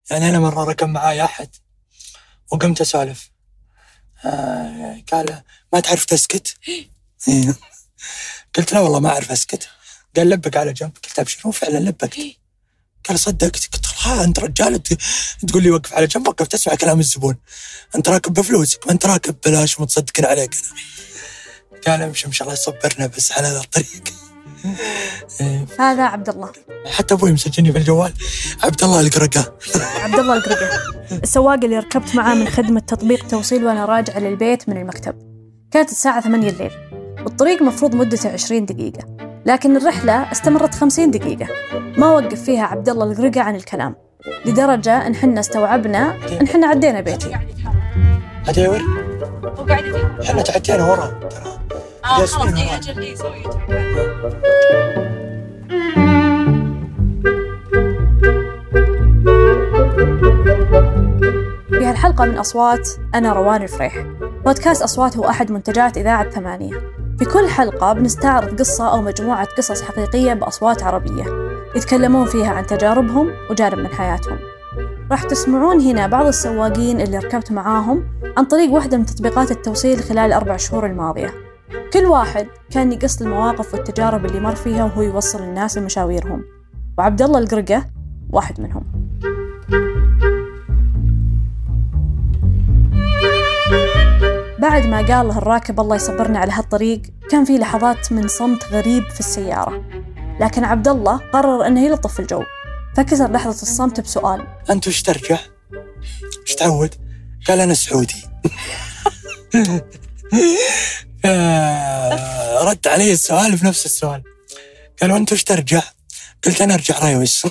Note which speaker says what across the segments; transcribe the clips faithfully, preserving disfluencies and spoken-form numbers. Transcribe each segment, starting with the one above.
Speaker 1: يعني أنا مرة ركب معاي أحد وقمت أسولف، آه قال ما تعرف تسكت؟ قلت لا والله ما أعرف أسكت. قال لبك على جنب. قلت أبشر فعلا لبكت. قال صدقت. قلت لا أنت رجال تقول لي وقف على جنب، وقف تسمع كلام الزبون، أنت راكب بفلوسك ما أنت راكب بلاش ومتصدقين عليك. قال امشي امشي الله يصبرنا بس على هذا الطريق.
Speaker 2: هذا عبد الله،
Speaker 1: حتى أبوي مسجني في الجوال عبد الله القرقة.
Speaker 2: عبد الله القرقة السواق اللي ركبت معاه من خدمة تطبيق توصيل وأنا راجع للبيت من المكتب. كانت الساعة ثمانية الليل والطريق مفروض مدته عشرين دقيقة، لكن الرحلة استمرت خمسين دقيقة. ما وقف فيها عبد الله القرقة عن الكلام، لدرجة إن حنا استوعبنا إن حنا عدينا بيتي.
Speaker 1: هذا يور حنا تعدينا ورا ترى.
Speaker 3: اه خلاص اي اجل اي سوي
Speaker 2: في هالحلقة من أصوات أنا روان الفريح. بودكاست أصوات هو أحد منتجات إذاعة ثمانية. في كل حلقة بنستعرض قصة أو مجموعة قصص حقيقية بأصوات عربية يتكلمون فيها عن تجاربهم وجانب من حياتهم. راح تسمعون هنا بعض السواقين اللي ركبت معاهم عن طريق واحدة من تطبيقات التوصيل خلال الأربع شهور الماضية. كل واحد كان يقص المواقف والتجارب اللي مر فيها وهو يوصل الناس لمشاويرهم، وعبد الله القرقة واحد منهم. بعد ما قال له الراكب الله يصبرنا على هالطريق، كان في لحظات من صمت غريب في السيارة، لكن عبد الله قرر أنه يلطف الجو، فكسر لحظة الصمت بسؤال:
Speaker 1: أنت وش ترجع؟ وش تعود؟ قال أنا سعودي. رد علي السؤال بنفس السؤال، قال وأنت وش ترجع؟ قلت أنا أرجع رايوس.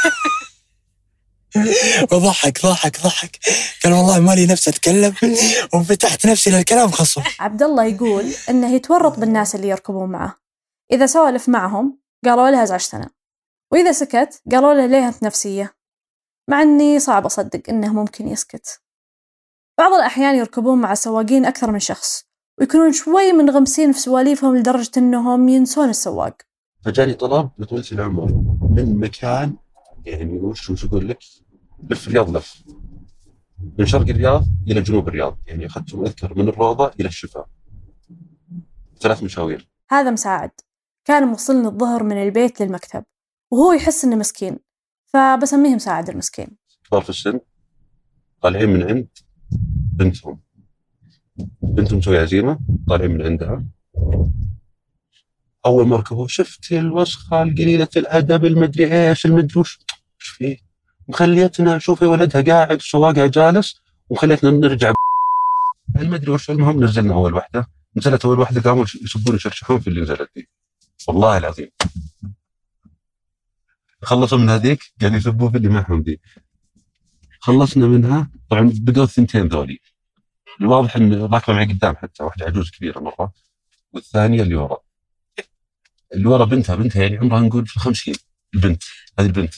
Speaker 1: وضحك ضحك ضحك قال والله مالي نفسي أتكلم وفتحت نفسي للكلام خصم.
Speaker 2: عبد الله يقول إنه يتورط بالناس اللي يركبون معه، إذا سولف معهم قالوا له أزعجتنا، وإذا سكت قالوا له ليه أنت نفسية، مع أني صعب أصدق إنه ممكن يسكت. بعض الأحيان يركبون مع سواقين أكثر من شخص ويكونون شوي منغمسين في سواليفهم لدرجة إنهم ينسون السواق.
Speaker 4: فجاني طلب لطولة العمر من مكان، يعني وش وش أقول لك، لف الرياض، لف من شرق الرياض إلى جنوب الرياض، يعني أخذت أذكر من الروضة إلى الشفاء، ثلاث مشاوير.
Speaker 2: هذا مساعد كان موصلني الظهر من البيت للمكتب، وهو يحس إنه مسكين فبسميه مساعد المسكين.
Speaker 4: كبار في السن طالعين من عند بنتهم، بنتهم مسوي عزيمة طالعين من عندها. أول ما ركبوا شفت الوسخة القليلة الأدب المدري إيش المدري وش إيش فيه، مخليتنا شوفي ولدها قاعد السواق جالس ومخليتنا نرجع المدري وش. المهم نزلنا أول واحدة، نزلت أول واحدة قاموا يسبون يشرشحون في اللي نزلت دي، والله العظيم خلصوا من هذيك قاعد يسبون في اللي معهم دي. خلصنا منها طبعا بدوا الثنتين ذولي، الواضح إن راكبة معي قدام حتى واحدة عجوز كبيرة مرة، والثانية اللي ورا اللي ورا بنتها بنتها يعني عمرها نقول في الخمسين. البنت هذه البنت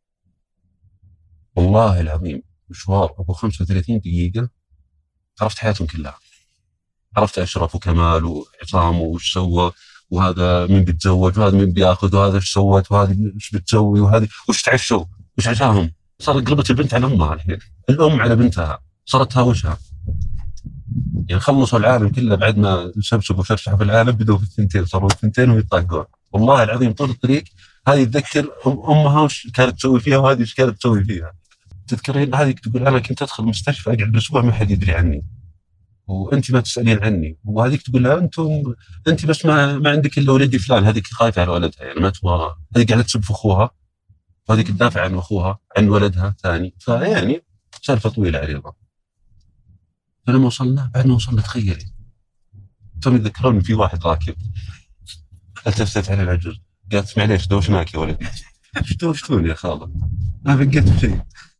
Speaker 4: والله العظيم مشوار أبو خمسة وثلاثين دقيقة عرفت حياتهم كلها، عرفت أشرف وكمال وعصام وش سوى، وهذا من بيتزوج وهذا من بياخذ وهذا ايش سوت وهذه ايش بتسوي وهذه وش تعشوا وش عشاهم. صارت قلبت البنت على أمها الحين، الأم على بنتها، صارت تهاوشها. يعني خلصوا العالم كله بعد ما سبسبوا وشرشحوا في العالم، بدوا في الثنتين، صاروا الثنتين ويطاقون. والله العظيم طول الطريق هذه تذكر أمها وش كانت تسوي فيها وهذه وش كانت تسوي فيها. تذكرين هذه تقول أنا كنت أدخل مستشفى أقعد بأسبوع ما حد يدري عني وأنت ما تسألين عني، وهذيك تقول لها أنتم أنت بس ما ما عندك إلا ولدي فلان. هذيك خايفة على ولدها يعني ما تبغى، هذيك قاعدة تسب في أخوها وهذيك تدافع عن أخوها عن ولدها ثاني، فيعني سالفة طويلة عريضة. فلما وصلنا بعد ما وصلنا تخيلي ثم يذكرون في واحد راكب، التفت على العجوز قالت معليش دوشناك يا ولدي. ايش دوشتوني يا خالد؟ ما بقيت شيء.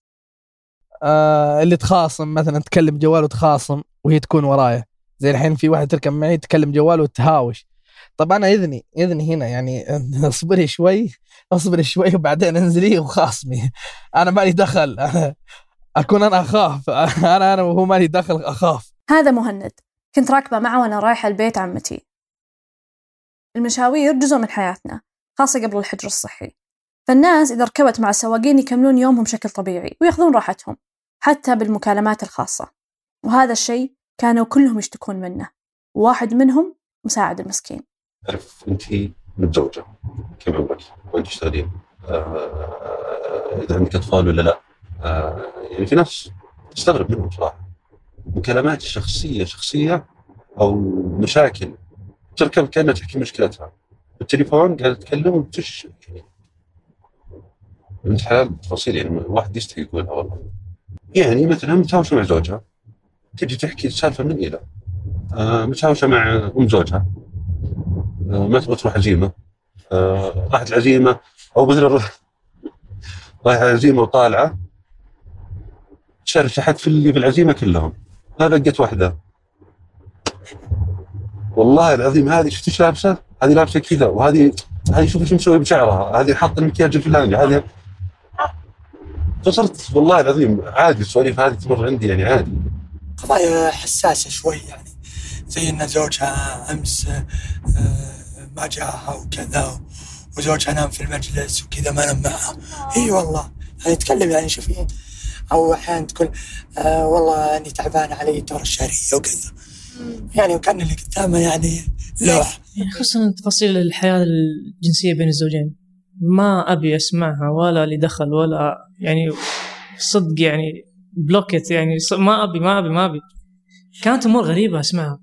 Speaker 5: آه اللي تخاصم مثلا تكلم جوال وتخاصم وهي تكون ورايا، زي الحين في واحد تركب معي تكلم جوال وتهاوش. طب أنا إذني إذني هنا يعني اصبري شوي اصبري شوي وبعدين انزلي وخاصمي، أنا مالي دخل، أنا أكون أنا أخاف، أنا أنا وهو مالي دخل أخاف.
Speaker 2: هذا مهند كنت راكبة معه وأنا رايحة البيت عمتي. المشاوير جزء من حياتنا خاصة قبل الحجر الصحي، فالناس إذا ركبت مع السواقين يكملون يومهم بشكل طبيعي ويأخذون راحتهم حتى بالمكالمات الخاصة، وهذا الشيء كانوا كلهم يشتكون منه، وواحد منهم مساعد المسكين.
Speaker 4: تعرف أنت متزوجة كم عمرك وأنت تشتغلين؟ آه إذا عندك أطفال ولا لا؟ آه يعني في ناس تستغرب منهم صراحة، مكالمات شخصية شخصية أو مشاكل تركب كأنها تحكي مشكلتها بالتليفون، قاعدة تتكلم وتش يعني بنت حلال تفاصيل يعني واحد يستحي يقولها والله. يعني مثلا متهاوشة مع زوجها تجي تحكي السالفة من إلى آه متهاوشة مع أم زوجها، آه ما تبغى تروح عزيمة، آه راحت العزيمة أو مثلا رايح عزيمة وطالعة شرشحت في اللي في العزيمة كلهم، هذا لقيت واحدة والله العظيم هذه شفت ايش لابسه؟ هذه لابسه كذا، وهذه هذه شوف ايش مسوي بشعرها، هذه حاطه المكياج الفلاني، هذه فصرت والله العظيم عادي السواليف هذه تمر عندي يعني عادي.
Speaker 1: قضايا حساسة شوي يعني، زي ان زوجها امس ما جاءها وكذا، وزوجها نام في المجلس وكذا ما نام معها. اي والله يعني تكلم يعني شوفين، او احيانا تقول آه والله اني تعبانه علي الدوره الشهريه وكذا، يعني وكان اللي قدامه يعني لوح.
Speaker 3: يعني خصوصا تفاصيل الحياه الجنسيه بين الزوجين ما ابي اسمعها ولا لي دخل ولا يعني صدق يعني بلوكت يعني ما ابي ما ابي ما ابي كانت امور غريبه اسمعها.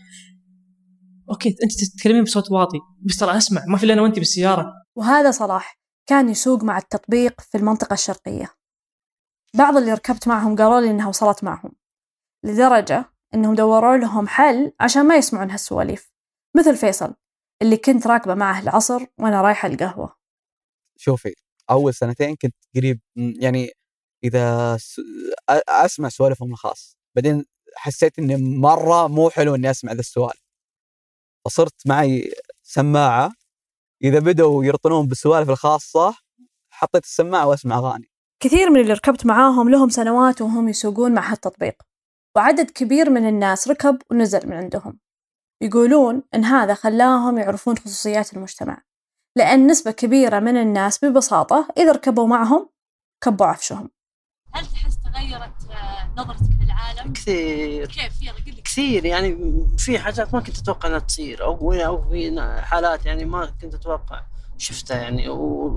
Speaker 3: اوكي انت تتكلمين بصوت واطي بس ترى اسمع، ما في الا انا وانت بالسياره.
Speaker 2: وهذا صلاح كان يسوق مع التطبيق في المنطقه الشرقيه. بعض اللي ركبت معهم قالوا لي انها وصلت معهم لدرجه انهم دوروا لهم حل عشان ما يسمعون هالسواليف، مثل فيصل اللي كنت راكبه معه العصر وانا رايحه القهوه.
Speaker 6: شوفي اول سنتين كنت قريب يعني اذا اسمع سوالفهم الخاص، بعدين حسيت اني مره مو حلو اني اسمع ذا السوالف، فصرت معي سماعه اذا بدأوا يرطنون بالسوالف الخاصه حطيت السماعه واسمع اغاني.
Speaker 2: كثير من اللي ركبت معاهم لهم سنوات وهم يسوقون مع هالتطبيق، وعدد كبير من الناس ركب ونزل من عندهم. يقولون إن هذا خلاهم يعرفون خصوصيات المجتمع، لأن نسبة كبيرة من الناس ببساطة إذا ركبوا معهم كبوا عفشهم.
Speaker 7: هل تحس تغيرت نظرتك للعالم؟
Speaker 8: كثير.
Speaker 7: كيف؟ يلا قل لي.
Speaker 8: كثير يعني في حاجات ما كنت أتوقع أنها تصير، أو أو في حالات يعني ما كنت أتوقع شفتها يعني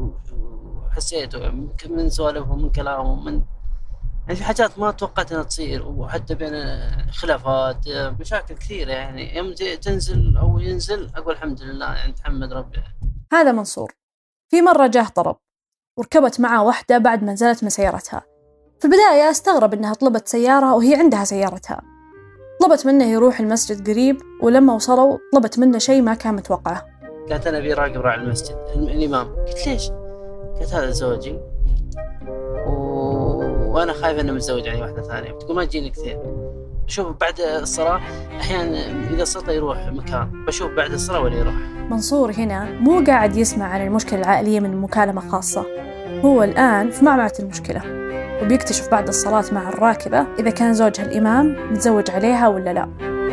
Speaker 8: وحسيته من سوالفهم من كلامهم من يعني في حاجات ما توقعت أنها تصير، وحتى بين خلافات مشاكل كثيرة يعني يوم تنزل أو ينزل أقول الحمد لله يعني تحمد ربي.
Speaker 2: هذا منصور. في مرة جاه طلب وركبت معه واحدة بعد ما نزلت من سيارتها. في البداية استغرب أنها طلبت سيارة وهي عندها سيارتها. طلبت منه يروح المسجد قريب، ولما وصلوا طلبت منه شيء ما كان متوقعه.
Speaker 8: قالت أنا بيراقب راعي المسجد الإمام. قلت ليش؟ قالت هذا زوجي وأنا خايف أنه متزوج يعني واحدة ثانية، بتقول ما تجيني كثير. بشوف بعد الصلاة أحيانا إذا صلى يروح مكان، بشوف بعد الصلاة ولا يروح.
Speaker 2: منصور هنا مو قاعد يسمع عن المشكلة العائلية من مكالمة خاصة، هو الآن في معمعة المشكلة، وبيكتشف بعد الصلاة مع الراكبة إذا كان زوجها الإمام متزوج عليها ولا لا.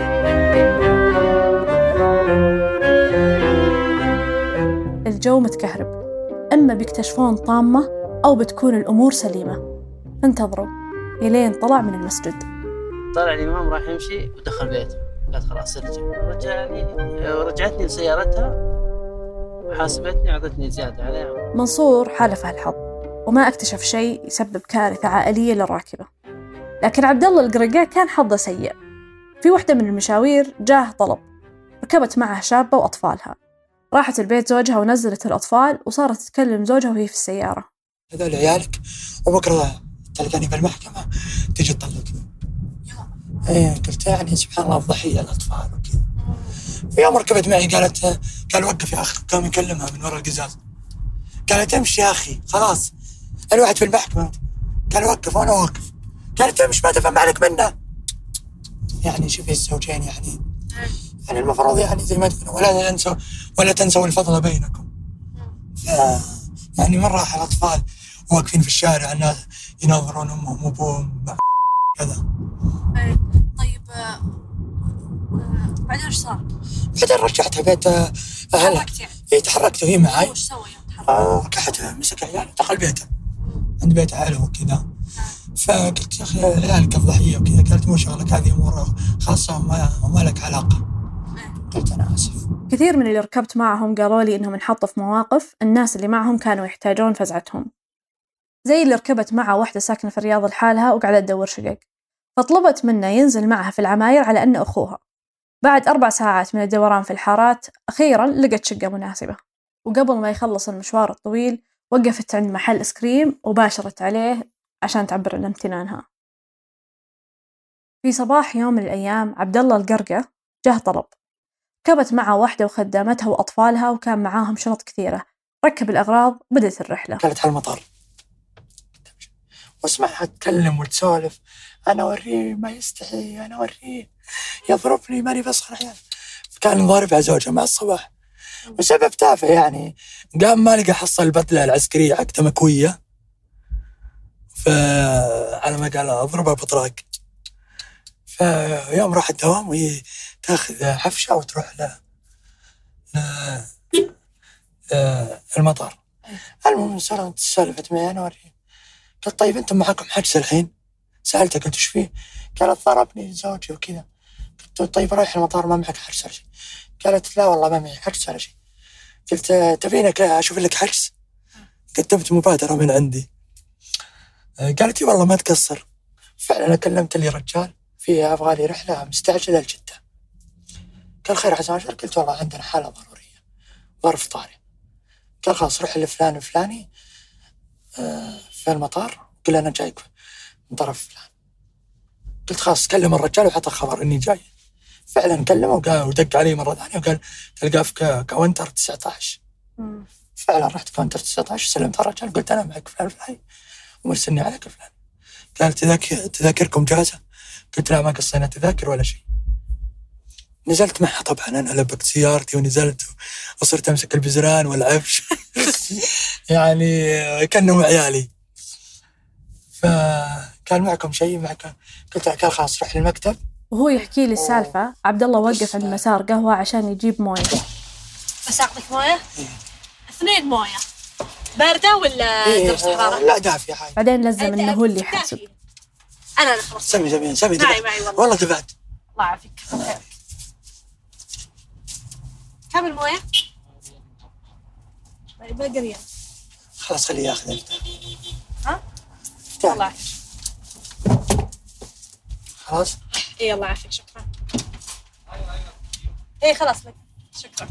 Speaker 2: الجو متكهرب، إما بيكتشفون طامة أو بتكون الأمور سليمة. انتظروا إلين طلع من المسجد.
Speaker 8: طلع الإمام راح يمشي ودخل بيته، قالت خلاص ارجع. رجعني ورجعتني لسيارتها وحاسبتني وعطتني زيادة عليها.
Speaker 2: منصور حالفه الحظ وما اكتشف شيء يسبب كارثة عائلية للراكبة، لكن عبد الله القرقاء كان حظه سيء. في واحدة من المشاوير جاه طلب، ركبت معه شابة وأطفالها، راحت البيت زوجها ونزلت الأطفال وصارت تتكلم زوجها وهي في السيارة.
Speaker 1: هذول عيالك وبكرة تلقاني بالمحكمة تيجي تطلقني. ايه قلت يعني سبحان الله ضحية الأطفال وكذا. في يوم ركبت معي قالت قال وقف يا أخي، قام يكلمها من وراء القزاز، قالت امشي يا أخي خلاص الواحد في المحكمة، قال وقف وأنا واقف، قالت امشي ما تفهم عليك منه. يعني شوفي الزوجين يعني يعني المفروض يعني زي ما تقولوا ولا تنسوا ولا تنسوا الفضل بينكم. يعني من راح الأطفال واقفين في الشارع الناس يناظرون أمهم وأبوهم كذا.
Speaker 7: طيب بعدين ايش صار؟
Speaker 1: بعدين رجعتها بيت أهلها.
Speaker 7: تحركت يعني؟
Speaker 1: إيه تحركت وهي معاي.
Speaker 7: وش سوى يوم
Speaker 1: وكحتها مسك عياله دخل بيته عند بيت عائله وكذا. فقلت يا أخي عيالك الضحية وكذا. قالت مو شغلك، هذه أمور خاصة وما, وما لك علاقة. قلت أنا آسف.
Speaker 2: كثير من اللي ركبت معهم قالوا لي إنهم انحطوا في مواقف الناس اللي معهم كانوا يحتاجون فزعتهم، زي اللي ركبت معه واحدة ساكنة في الرياض لحالها وقاعدة تدور شقق، فطلبت منه ينزل معها في العماير على أنه أخوها. بعد أربع ساعات من الدوران في الحارات أخيراً لقت شقة مناسبة، وقبل ما يخلص المشوار الطويل وقفت عند محل إسكريم وباشرت عليه عشان تعبر عن امتنانها. في صباح يوم من الأيام عبد الله القرقة جه طلب، ركبت معه واحدة وخدامتها وأطفالها وكان معاهم شنط كثيرة. ركب الأغراض وبدأت الرحلة.
Speaker 1: كانت على المطار واسمعها تتكلم وتسولف، أنا أوريه ما يستحي، أنا أوريه يضربني ماني بسخر عيال. كان ضارب على زوجها مع الصباح وسبب تافه يعني. قام ما لقى حصل البدلة العسكرية حقته مكوية، فعلى ما قال أضربها بطراق. فيوم راح الدوام وهي تاخذ حفشة وتروح ل المطار. المهم صارت سالفت معي أنا أوريه. قلت طيب أنتم معكم حجز الحين؟ سألته قلت وش فيه؟ قالت ضربني زوجي وكذا. قلت طيب رايح المطار ما معك حجز ولا شيء؟ قالت لا والله ما معي حجز ولا شيء. قلت تبينك أشوف لك حجز؟ قدمت مبادرة من عندي. قالت لي والله ما تقصر. فعلا كلمت لي رجال فيها أبغى لي رحلة مستعجلة لجدة. قال خير عسى عشر. قلت والله عندنا حالة ضرورية ظرف طارئ. قال خلاص روح لفلان الفلاني في المطار قل أنا جايك من طرف فلان. قلت خلاص كلم الرجال وحط خبر إني جاي. فعلا كلمه ودق علي مرة ثانية وقال تلقاه في كاونتر تسعة عشر. فعلا رحت كاونتر تسعة عشر سلمت على الرجال قلت أنا معك فلان فلان ومرسلني عليك فلان. قال تذاكر تذاكركم جاهزة؟ قلت لا ما قصينا تذاكر ولا شيء. نزلت معها طبعا أنا لبقت سيارتي ونزلت وصرت أمسك البزران والعفش يعني كأنه عيالي. فقال معكم شيء معكم؟ قلت قال خلاص روح للمكتب.
Speaker 2: وهو يحكي لي السالفة عبد الله وقف عند مسار قهوة عشان يجيب موية.
Speaker 7: بس أعطيك موية؟ اثنين موية باردة ولا درجة حرارة؟
Speaker 1: لا دافية حاجة.
Speaker 2: بعدين لزم إنه هو اللي يحاسب.
Speaker 7: أنا أنا خلاص.
Speaker 1: سمي سمي سمي
Speaker 7: معي معي والله.
Speaker 1: والله دفعت.
Speaker 7: الله يعافيك. كم الموية؟ طيب باقي ريال.
Speaker 1: خلاص خليه ياخذ انت.
Speaker 7: ها؟ الله يعافيك.
Speaker 1: خلاص؟
Speaker 7: اي الله يعافيك شكرا. اي خلاص لك شكرا.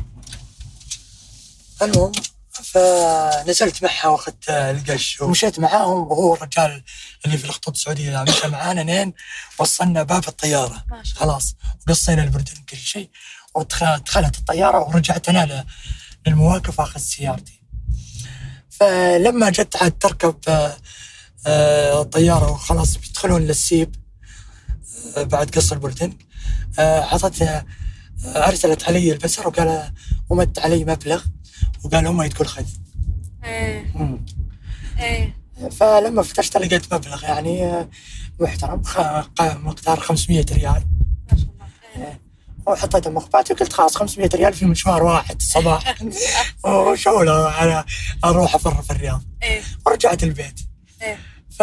Speaker 1: المهم فنزلت معها واخذت القش ومشيت معاهم وهو الرجال اللي في الخطوط السعودية مشى معانا نين وصلنا باب الطيارة. خلاص وقصينا البردن كل شيء ودخلت الطيارة ورجعت أنا للمواقف أخذ سيارتي. فلما جت عاد تركب الطيارة وخلاص بيدخلون للسيب بعد قص البردن عطت أرسلت علي البسر وقال ومد علي مبلغ وقال هم تقول خذ.
Speaker 7: ايه ايه.
Speaker 1: فلما فتشت لقيت مبلغ يعني محترم مقدار خمسمية ريال.
Speaker 7: ما شاء الله.
Speaker 1: ايه. وحطيت المخباتي وقلت خلاص خمسمية ريال في مشوار واحد الصباح وشغله على اروح افر في الرياض.
Speaker 7: ايه.
Speaker 1: ورجعت البيت.
Speaker 7: ايه.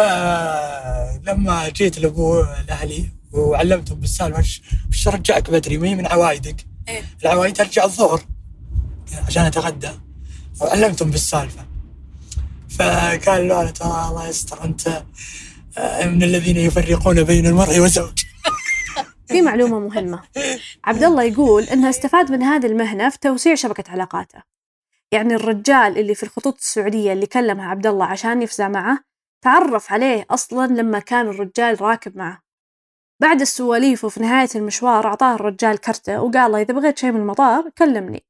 Speaker 1: فلما جيت لابو الاهلي وعلمتهم بالسالفه وش وش رجعك بدري مي من عوايدك.
Speaker 7: ايه.
Speaker 1: العوايد ارجع الظهر عشان اتغدى وعلمتهم بالسالفه. فقال له أنا ترى الله يستر أنت من الذين يفرقون بين المرء وزوج.
Speaker 2: في معلومة مهمة، عبد الله يقول إنها استفاد من هذه المهنة في توسيع شبكة علاقاته. يعني الرجال اللي في الخطوط السعودية اللي كلمها عبد الله عشان يفزع معه تعرف عليه أصلاً لما كان الرجال راكب معه. بعد السواليف وفي نهاية المشوار أعطاه الرجال كرته وقال له إذا بغيت شيء من المطار كلمني.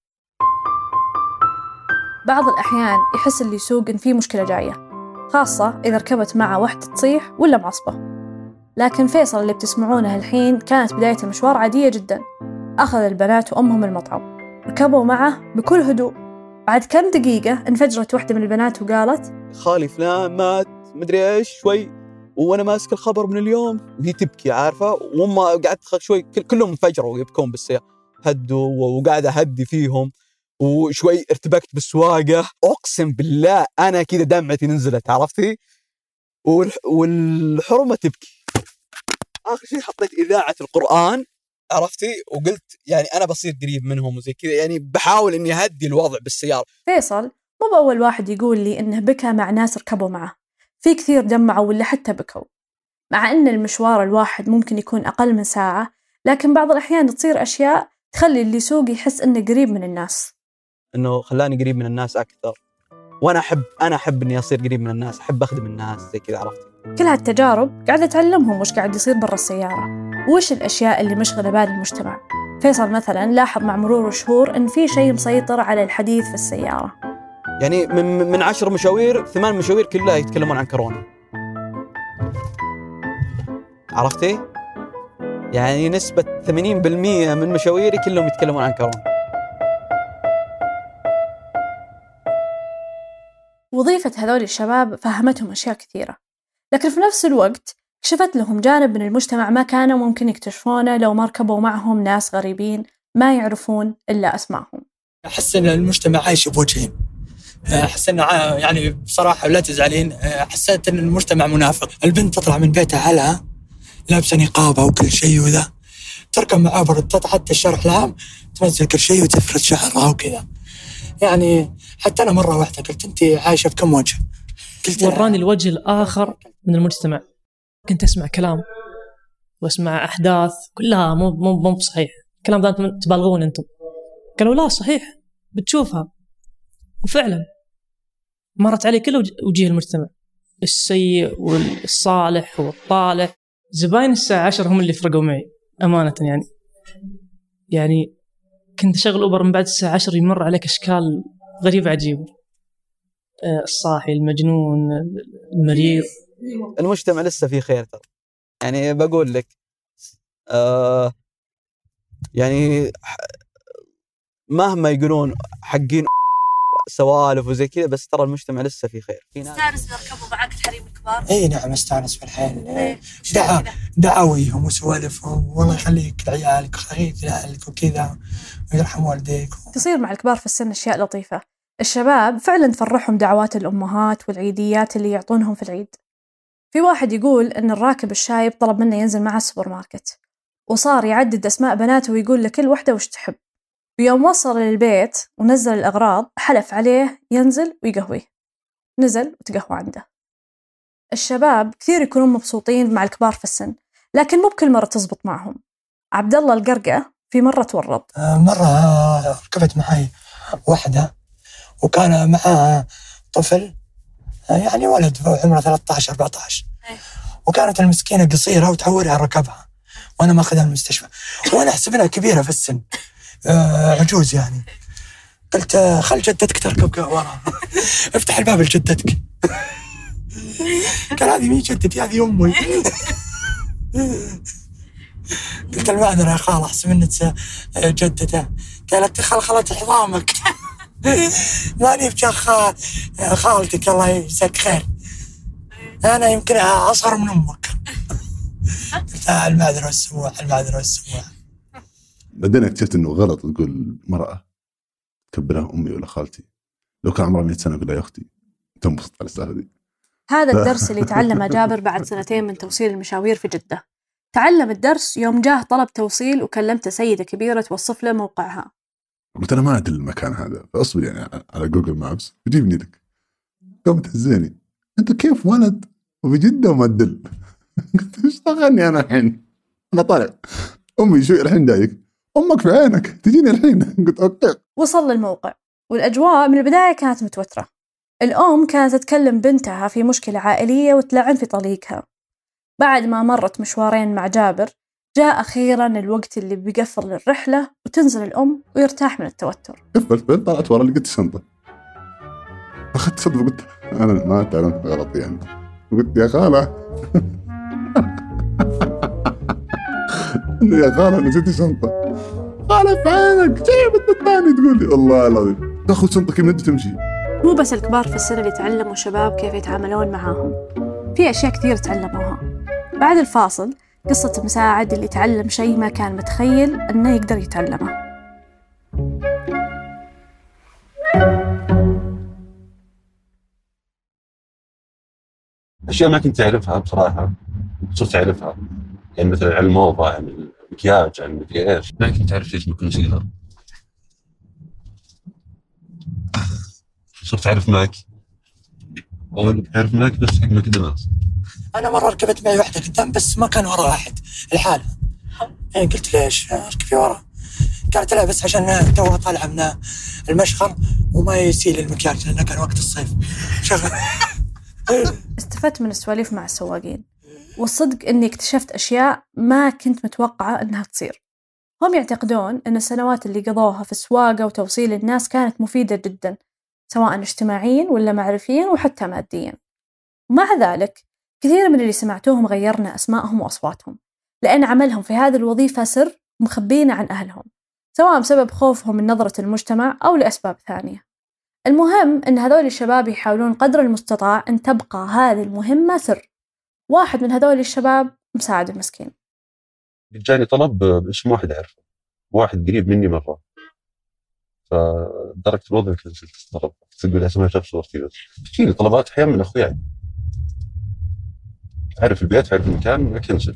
Speaker 2: بعض الأحيان يحس اللي يسوق إن في مشكلة جاية، خاصة إذا ركبت معه واحدة تصيح ولا معصبة. لكن فيصل اللي بتسمعونه الحين كانت بداية المشوار عادية جدا. أخذ البنات وأمهم المطعم، ركبوا معه بكل هدوء. بعد كم دقيقة انفجرت واحدة من البنات وقالت
Speaker 6: خالي فلان مات مدري إيش شوي وأنا ماسك الخبر من اليوم، وهي تبكي عارفة، وهم قعدت شوي كلهم انفجروا يبكون بالسيارة. هدوا وقاعد أهدي فيهم وشوي ارتبكت بالسواقة، أقسم بالله أنا كذا دمعتي نزلت، عرفتي؟ والحرمة تبكي. آخر شيء حطيت إذاعة القرآن، عرفتي؟ وقلت يعني أنا بصير قريب منهم وزي كذا، يعني بحاول إني أهدي الوضع بالسيارة.
Speaker 2: فيصل مو بأول واحد يقول لي إنه بكى مع ناس ركبوا معه، في كثير دمعوا ولا حتى بكوا، مع إن المشوار الواحد ممكن يكون أقل من ساعة، لكن بعض الأحيان تصير أشياء تخلي اللي يسوق يحس إنه قريب من الناس.
Speaker 6: إنه خلاني قريب من الناس أكثر، وأنا أحب أنا أحب إني أصير قريب من الناس، أحب أخدم الناس زي كذا، عرفتي؟
Speaker 2: كل هالتجارب قاعدة تعلمهم وش قاعد يصير برا السيارة، وش الأشياء اللي مشغلة بال المجتمع. فيصل مثلاً لاحظ مع مرور الشهور إن في شيء مسيطر على الحديث في السيارة.
Speaker 6: يعني من من عشر مشاوير ثمان مشاوير كلها يتكلمون عن كورونا، عرفتي؟ يعني نسبة ثمانين بالمئة من مشاويري كلهم يتكلمون عن كورونا.
Speaker 2: وظيفة هذول الشباب فهمتهم أشياء كثيرة، لكن في نفس الوقت كشفت لهم جانب من المجتمع ما كانوا ممكن يكتشفونه لو ما ركبوا معهم ناس غريبين ما يعرفون إلا أسمائهم.
Speaker 1: أحس إن المجتمع عايش بوجهين، أحس إنه يعني بصراحة لا تزعلين، حسيت إن المجتمع منافق. البنت تطلع من بيتها على لابسة نقابة وكل شيء وذا، تركب معاه برد حتى الشارع العام تنزل كل شيء وتفرد شعرها وكذا. يعني حتى أنا مرة واحدة قلت أنت عايشة بكم وجه؟
Speaker 3: قلت وراني الوجه الآخر من المجتمع. كنت أسمع كلام وأسمع أحداث كلها مو مو مو صحيح، الكلام ذا تبالغون أنتم. قالوا لا صحيح بتشوفها، وفعلا مرت علي كل وجيه المجتمع، السيء والصالح والطالح. زباين الساعة عشر هم اللي فرقوا معي أمانة. يعني يعني كنت أشغل أوبر من بعد الساعة عشر يمر عليك أشكال غريبة عجيبة، الصاحي، المجنون، المريض.
Speaker 6: المجتمع لسه فيه خير ترى، يعني بقول لك آه يعني مهما يقولون حقين سوالف وزي كذا، بس ترى المجتمع لسه فيه خير. في ناس
Speaker 7: استانس نركبوا معك الحريم الكبار.
Speaker 1: اي نعم استانس في الحياة، دعا دعاويهم وسوالفهم، والله يخليك لعيالك وخليك لأهلك وكذا ويرحم والديك.
Speaker 2: تصير مع الكبار في السن أشياء لطيفة. الشباب فعلا تفرحهم دعوات الأمهات والعيديات اللي يعطونهم في العيد. في واحد يقول إن الراكب الشايب طلب منه ينزل معه السوبر ماركت، وصار يعدد أسماء بناته ويقول لكل واحدة وش تحب. بيوم وصل للبيت ونزل الأغراض حلف عليه ينزل ويقهويه، نزل وتقهوى عنده. الشباب كثير يكونون مبسوطين مع الكبار في السن، لكن مو بكل مرة تزبط معهم. عبد الله القرقة في مرة تورط.
Speaker 1: مرة ركبت معي واحدة وكان معها طفل، يعني ولد عمره ثلاثة عشر أربعة عشر، وكانت المسكينة قصيرة وتعورها ركبها، وأنا ما أخذها المستشفى، وأنا أحسبها كبيرة في السن، عجوز يعني. قلت خل جدتك تركب ورا، افتح الباب لجدتك. قال هذه مين جدتي؟ هذه أمي. قلت المعذرة يا خالة، أحسب إنك جدته. قالت خل خلت حضامك. ماني بجا خالتك الله يجزاك خير، أنا يمكن أصغر من أمك. قلت المعذرة والسموح، المعذرة والسموح.
Speaker 9: بعدين اكتشفت إنه غلط تقول مرأة كبرها أمي ولا خالتي، لو كان عمرها مئة سنة قلها يا أختي، تنبسط على السالفة دي.
Speaker 2: هذا الدرس اللي تعلمه جابر بعد سنتين من توصيل المشاوير في جدة. تعلم الدرس يوم جاه طلب توصيل وكلمت سيدة كبيرة توصف له موقعها.
Speaker 9: قلت أنا ما أدري المكان هذا، فأصبر يعني على جوجل مابس بجيبني لك. قامت تهزيني، أنت كيف ولد وفي جدة وما تدل؟ قلت إيش طغني أنا الحين؟ أنا طالع أمي شوي الحين جايك، أمك في عينك تجيني الحين. قلت أوكي.
Speaker 2: وصل للموقع والأجواء من البداية كانت متوترة. الأم كانت تتكلم بنتها في مشكلة عائلية وتلعن في طليقها. بعد ما مرت مشوارين مع جابر جاء أخيراً الوقت اللي بيقفل الرحلة وتنزل الأم ويرتاح من التوتر.
Speaker 9: قفلت بنت، طلعت ورا لقيت الشنطة، أخذت صدفة وقلت أنا ما تعلمت غلط يعني. قلت يا خالة يا خالة نسيت الشنطة. خالة في عينك جايب الثاني تقول لي والله العظيم تاخذ شنطة كيف بدي تمشي.
Speaker 2: مو بس الكبار في السن اللي تعلموا الشباب كيف يتعاملون معاهم، في أشياء كثير تعلموها. بعد الفاصل قصة مساعد اللي تعلم شيء ما كان متخيل أنه يقدر يتعلمه.
Speaker 4: اشياء ما كنت اعرفها بصراحه صرت اعرفها، يعني مثلا عن الموضه، عن المكياج، عن مدري ايش، ما كنت اعرف ايش كونسيلر. صرت اعرف ماك، اول اعرف ماك بس حق ماكدونالدز.
Speaker 1: انا مره ركبت معي واحده قدام بس ما كان وراها احد الحالة، يعني قلت ليش اركبي ورا؟ قالت لا بس عشان توها طالعه من المشخر وما يسيل المكياج لانه كان وقت الصيف. شغل.
Speaker 2: استفدت من السواليف مع السواقين، والصدق اني اكتشفت اشياء ما كنت متوقعه انها تصير. هم يعتقدون ان السنوات اللي قضوها في السواقه وتوصيل الناس كانت مفيده جدا، سواء اجتماعيا ولا معرفيا وحتى ماديا. ومع ذلك كثير من اللي سمعتوهم غيرنا اسمائهم واصواتهم، لان عملهم في هذه الوظيفه سر مخبينه عن اهلهم، سواء بسبب خوفهم من نظره المجتمع او لاسباب ثانيه. المهم ان هذول الشباب يحاولون قدر المستطاع ان تبقى هذه المهمه سر. واحد من هذول الشباب مساعد المسكين.
Speaker 4: جاني طلب باسم واحد أعرفه، واحد قريب مني مرة، فدرجة الوضع كنسلت الطلب، تقول اسمها شاف صورتي بس. تجيني طلبات أحيانا من أخوياي، أعرف البيت أعرف المكان ما كنسل.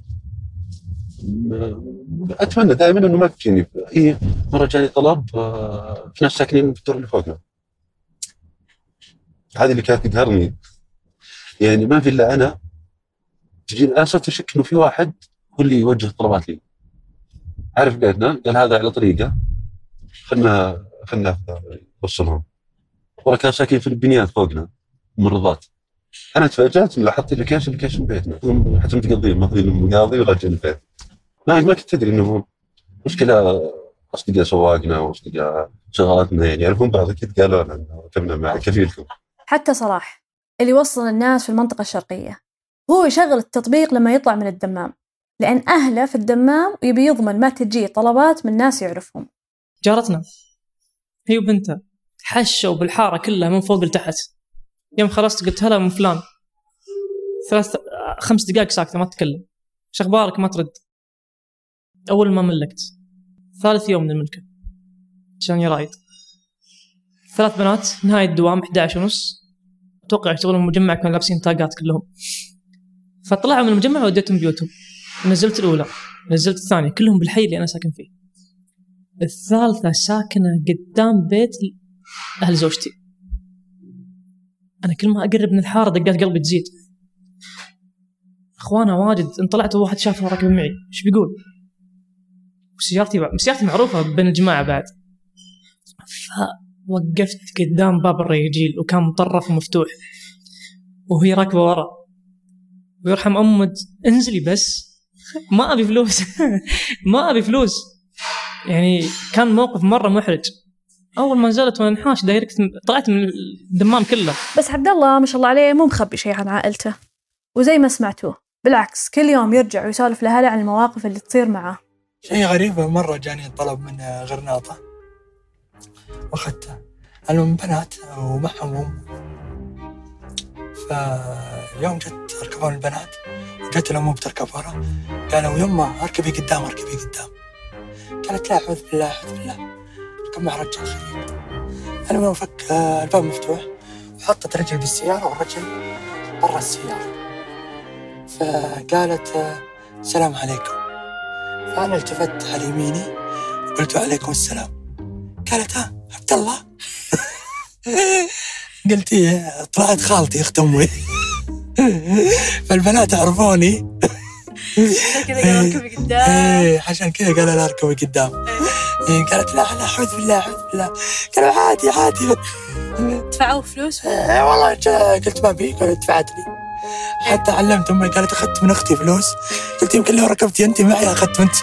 Speaker 4: أتمنى دائما إنه ما تجيني. إيه مرة جاني طلب في ناس ساكنين في الدور اللي فوقنا، هذه اللي كانت تقهرني، يعني ما في إلا أنا. تجيني أنا صرت أشك إنه في واحد هو اللي يوجه الطلبات لي، عارف بيتنا، قال هذا على طريقة خلنا خلنا نوصلهم. والله كان ساكن في البنيات فوقنا ممرضات. أنا تفاجأت من لاحظت اللوكيشن لوكيشن بيتنا، حتى متقضين ماخذين المقاضي وراجعين البيت. ما ما كنت أدري إنه مشكلة أصدقاء سواقنا وأصدقاء شغالاتنا، يعني يعرفون بعض. كنت قالوا لنا ركبنا مع كفيلكم.
Speaker 2: حتى صلاح اللي وصل الناس في المنطقة الشرقية هو يشغل التطبيق لما يطلع من الدمام، لأن أهله في الدمام ويبي يضمن ما تجي طلبات من ناس يعرفهم.
Speaker 3: جارتنا هي وبنتها حشوا بالحارة كلها من فوق لتحت. يوم خلصت قلت هلا من فلان، ثلاث خمس دقائق ساكتة ما تتكلم، شخبارك ما ترد. أول ما ملكت ثالث يوم من الملكة جاني رايد، ثلاث بنات نهاية الدوام إحدى عشر ونص، أتوقع يشتغلون المجمع كانوا لابسين تاجات كلهم. فطلعوا من المجمع وديتهم بيوتهم. نزلت الأولى، نزلت الثانية، كلهم بالحي اللي أنا ساكن فيه. الثالثة ساكنة قدام بيت أهل زوجتي. أنا كل ما أقرب من الحارة دقات قلبي تزيد. أخوانا واجد، إن طلعت وواحد شافه راكب معي إيش بيقول؟ وسيارتي سيارتي معروفة بين الجماعة بعد. فوقفت قدام باب الرجيل وكان مطرف ومفتوح، وهي راكبة ورا، ويرحم أمك انزلي بس ما أبي فلوس. ما أبي فلوس. يعني كان موقف مرة محرج. أول ما نزلت ونحاش دايركت طلعت من الدمام كله.
Speaker 2: بس عبد الله ما شاء الله عليه مو مخبي شيء عن عائلته، وزي ما سمعتوه بالعكس كل يوم يرجع ويسولف لأهله عن المواقف اللي تصير معه.
Speaker 1: شيء غريب، مرة جاني طلب من غرناطة واخدته، أنا من بنات ومعهم أم. فاليوم جت أركبون البنات وجت لهم بتركب ورا، قالوا يما أركبي قدام أركبي قدام. قالت لا أعوذ بالله أعوذ بالله، ركب مع رجل خليل. أنا من فك الباب مفتوح وحطت رجل بالسيارة والرجل برا السيارة، فقالت السلام عليكم. فأنا التفت على يميني وقلت عليكم السلام. قالت ها عبد الله. قلت إيه، طلعت خالتي أخت أمي. فالبنات عرفوني
Speaker 2: كذا قالوا اركبي قدام.
Speaker 1: إيه عشان كذا قالوا لا اركبي قدام. إيه قالت لا لا أعوذ بالله أعوذ بالله. قالوا عادي عادي.
Speaker 7: دفعوا فلوس؟
Speaker 1: إيه والله قلت ما بي، قالت دفعت لي. حتى علمت أمي قالت أخذت من أختي فلوس. قلت يمكن لو ركبتي أنت معي أخذت أنت.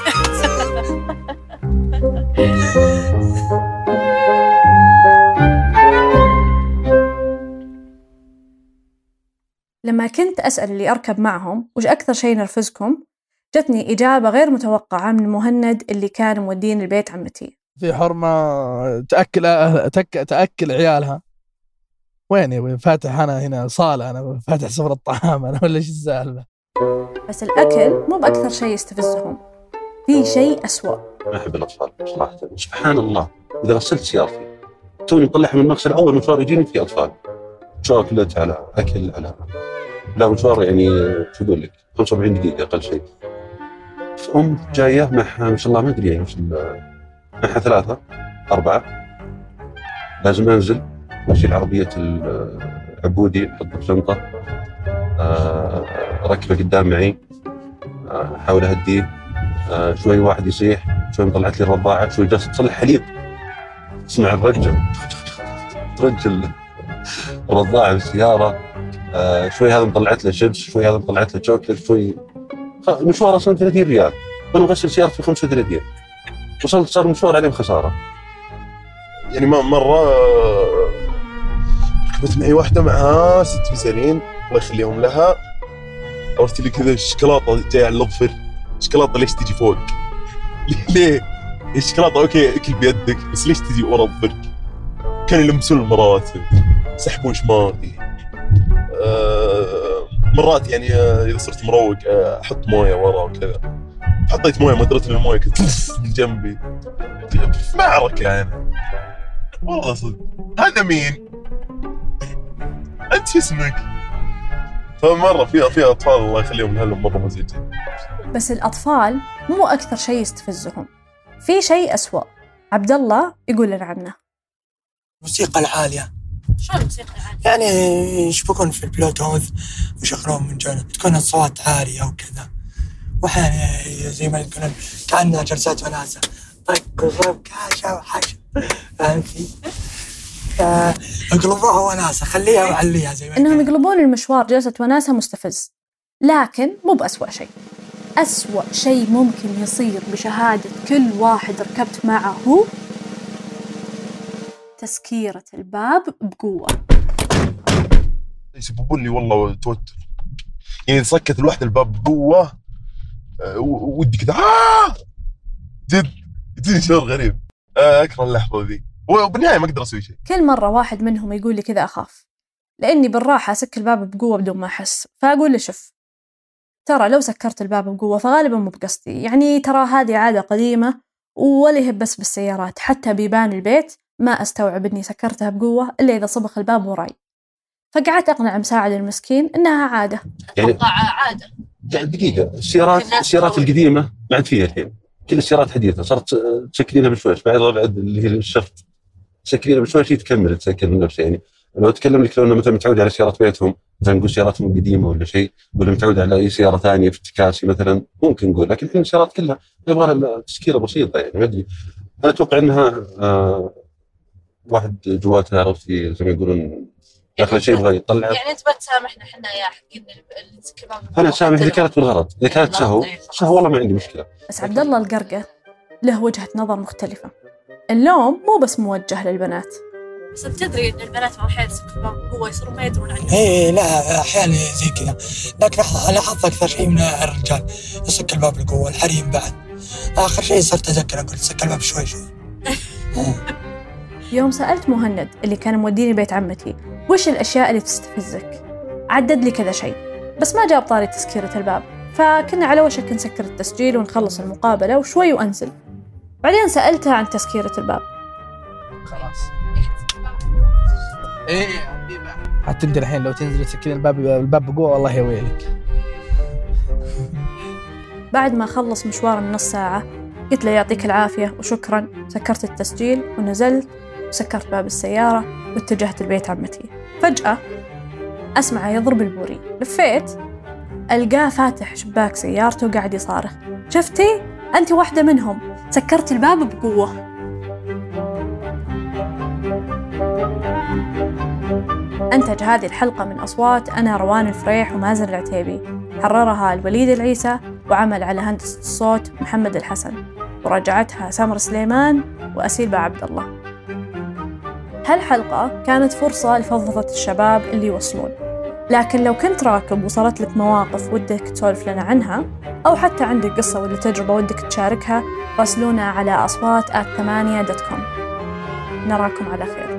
Speaker 2: لما كنت أسأل اللي أركب معهم وش أكثر شيء نرفزكم، جتني إجابة غير متوقعة من مهند اللي كان مودين البيت عمتي.
Speaker 5: في حرمة تأكل تك تأكل عيالها. وين وين فاتح أنا هنا صالة، أنا فاتح سفرة الطعام أنا ولا إيش السالفة؟
Speaker 2: بس الأكل مو بأكثر شيء يستفزهم، في شيء أسوأ.
Speaker 4: ما أحب الأطفال صراحة. سبحان الله، إذا غسلت سيارتي توني مطلعها من المغسل أول مشوار يجيني في أطفال، شوكلت على أكل على لا مشوار يعني شو أقول لك خمسة وأربعين دقيقة أقل شيء. أم جاية معها ما شاء الله ما أدري يعني معها ثلاثة أربعة، لازم أنزل أشيل عربية العبودي أحط بشنطة، ركبه قدام معي، أحاول أهديه، شوي واحد يصيح، شوي مطلعت لي الرضاعة، شوي جالس تصلح حليب، اسمع الرجل ترجل الرضاعة بالسيارة، شوي هذا مطلعت له شيبس، شوي هذا مطلعت له شوكلت، شوي مشوار أصلا ثلاثين ريال وأنا مغسل سيارتي في خمسة وثلاثين. وصلت صار مشوار عليه خسارة.
Speaker 10: يعني ما مرة ركبت معي واحدة معها ست مسارين الله يخليهم لها، أورت لي كذا الشوكولاتة جاية على الأظفر، الشوكولاتة ليش تجي فوق؟ ليه؟ الشوكولاتة أوكي أكل بيدك بس ليش تجي ورا ظفرك؟ كانوا يلمسون المراتب، يسحبون شماغي. أه مرات يعني إذا صرت مروق أحط موية ورا وكذا، حطيت موية ما درت الموية كنت من جنبي في معركة أنا والله صدق. هذا مين؟ أنت شو اسمك؟ فمرة في في أطفال الله يخليهم لهم مرة مزعجين.
Speaker 2: بس الأطفال مو أكثر شيء يستفزهم، في شيء أسوأ عبد الله يقول لنا عنه.
Speaker 1: الموسيقى العالية.
Speaker 7: شو الموسيقى العالية؟
Speaker 1: يعني يشبكون في البلوتوث ويشغلون من جانب، تكون الصوت عالية وكذا، وأحيانا زي ما يقولون كأنها جلسات وناسة، طق وضرب كاشة وحشة، فهمتي؟ اقلبوها وناسة، خليها وعليها زي ما
Speaker 2: إنهم يقلبون المشوار جلسة وناسة مستفز، لكن مو بأسوأ شيء. أسوأ شيء ممكن يصير بشهادة كل واحد ركبت معه تسكيرة الباب بقوة.
Speaker 10: يسببون لي والله توتر، يعني سكت الواحد الباب بقوة ودي كذا آه جد يجيني شعور غريب، أكره اللحظة ذي وبالنهاية ما أقدر أسوي شيء.
Speaker 2: كل مرة واحد منهم يقول لي كذا أخاف، لأني بالراحة أسكر الباب بقوة بدون ما أحس، فأقول له شوف ترى لو سكرت الباب بقوة فغالبا مو بقصدي، يعني ترى هذه عادة قديمة ولا يهب بس بالسيارات، حتى بيبان البيت ما أستوعب إني سكرتها بقوة إلا إذا صبخ الباب وراي. فقعدت أقنع مساعد المسكين إنها عادة.
Speaker 4: يعني
Speaker 7: عادة
Speaker 4: دقيقة، السيارات السيارات القديمة ما عاد فيها الحين، كل السيارات حديثة صارت تسكرينها بشويش، بعد بعد اللي هي الشفط تسكرينها بشويش هي تكمل تسكر من نفسها. يعني لو أتكلم لك لو أنه مثلا متعود على سيارات بيتهم، مثلا نقول سياراتهم قديمة ولا شيء، ولا متعود على أي سيارة ثانية في التكاسي مثلا ممكن نقول، لكن الحين السيارات كلها يبغى تسكيرة بسيطة. يعني ما أدري، أنا أتوقع أنها آه واحد جواتها عرفتي زي ما يقولون داخل شيء يبغى يطلع.
Speaker 7: يعني أنت ما تسامحنا إحنا يا حقين السكران؟
Speaker 4: أنا سامح إذا كانت بالغلط، إذا كانت سهو سهو والله ما عندي مشكلة.
Speaker 2: بس عبد الله القرقة له وجهة نظر مختلفة، اللوم مو بس موجه للبنات.
Speaker 7: بس أنت تدري إن البنات أحيانا يسكرون بقوة يصيرون ما يدرون عنه.
Speaker 1: إيه لا أحيانا زي كذا، لكن لاحظت أكثر شيء من الرجال يسك الباب بقوة، الحريم بعد. آخر شيء صرت أذكر أقول سك الباب شوي شوي.
Speaker 2: يوم سألت مهند اللي كان موديني بيت عمتي وش الأشياء اللي تستفزك، عدد لي كذا شيء، بس ما جاب طاري تسكيرة الباب، فكنا على وشك نسكر التسجيل ونخلص المقابلة وشوي وأنزل. بعدين سألتها عن تسكيرة الباب.
Speaker 5: خلاص ايه حتى انت الحين لو تنزل تسكرين الباب الباب بقوة والله يا ويلك.
Speaker 2: بعد ما خلص مشوار من نص ساعة قلت له يعطيك العافية وشكرا، سكرت التسجيل ونزلت وسكرت باب السيارة واتجهت البيت عمتي. فجأة أسمعه يضرب البوري، لفيت ألقاه فاتح شباك سيارته وقاعد يصارخ شفتي أنت واحدة منهم سكرت الباب بقوة. أنتج هذه الحلقة من أصوات أنا روان الفريح ومازن العتيبي، حررها الوليد العيسى وعمل على هندسة الصوت محمد الحسن، وراجعتها سمر سليمان وأسيل عبد الله. هالحلقة كانت فرصة لفضفضة الشباب اللي يوصلون، لكن لو كنت راكب وصارت لك مواقف ودك تسولف لنا عنها، أو حتى عندك قصة ولا تجربة ودك تشاركها، راسلونا على أصوات آت ثمانية دوت كوم. نراكم على خير.